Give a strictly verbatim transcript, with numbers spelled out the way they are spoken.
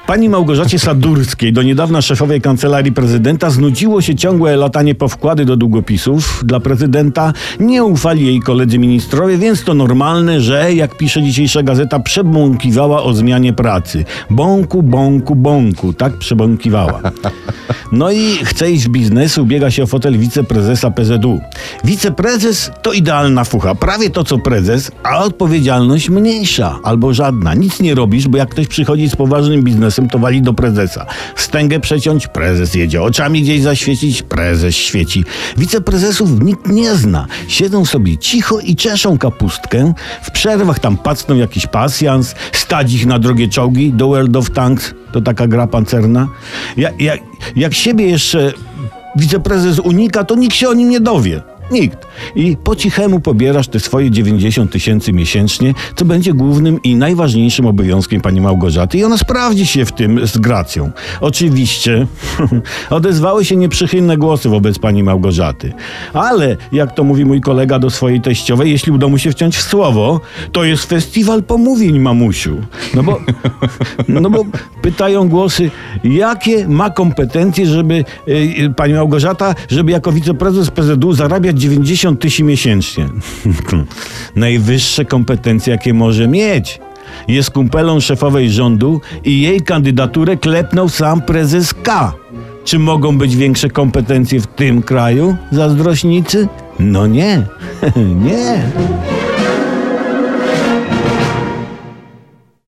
Pani Małgorzacie Sadurskiej, do niedawna szefowej Kancelarii Prezydenta, znudziło się ciągłe latanie po wkłady do długopisów dla prezydenta. Nie ufali jej koledzy ministrowie, więc to normalne, że, jak pisze dzisiejsza gazeta, przebąkiwała o zmianie pracy. Bąku, bąku, bąku. Tak przebąkiwała. No i chce iść w biznes, ubiega się o fotel wiceprezesa P Z U. Wiceprezes to idealna fucha. Prawie to co prezes, a odpowiedzialność mniejsza albo żadna. Nic nie robisz, bo jak ktoś przychodzi z poważnym biznesem, to wali do prezesa. Wstęgę przeciąć, prezes jedzie. Oczami gdzieś zaświecić, prezes świeci. Wiceprezesów nikt nie zna. Siedzą sobie cicho i czeszą kapustkę. W przerwach tam pacną jakiś pasjans, stać ich na drogie czołgi do World of Tanks. To taka gra pancerna. Ja, ja, jak siebie jeszcze wiceprezes unika, to nikt się o nim nie dowie. Nikt. I po cichemu pobierasz te swoje dziewięćdziesiąt tysięcy miesięcznie, co będzie głównym i najważniejszym obowiązkiem pani Małgorzaty. I ona sprawdzi się w tym z gracją. Oczywiście odezwały się nieprzychylne głosy wobec pani Małgorzaty. Ale, jak to mówi mój kolega do swojej teściowej, jeśli uda mu się wciąć w słowo, to jest festiwal pomówień, mamusiu. No bo, no bo pytają głosy, jakie ma kompetencje, żeby yy, pani Małgorzata, żeby jako wiceprezes P Z U zarabiać dziewięćdziesiąt tysięcy miesięcznie. Najwyższe kompetencje, jakie może mieć. Jest kumpelą szefowej rządu i jej kandydaturę klepnął sam prezes K. Czy mogą być większe kompetencje w tym kraju, zazdrośnicy? No nie. Nie.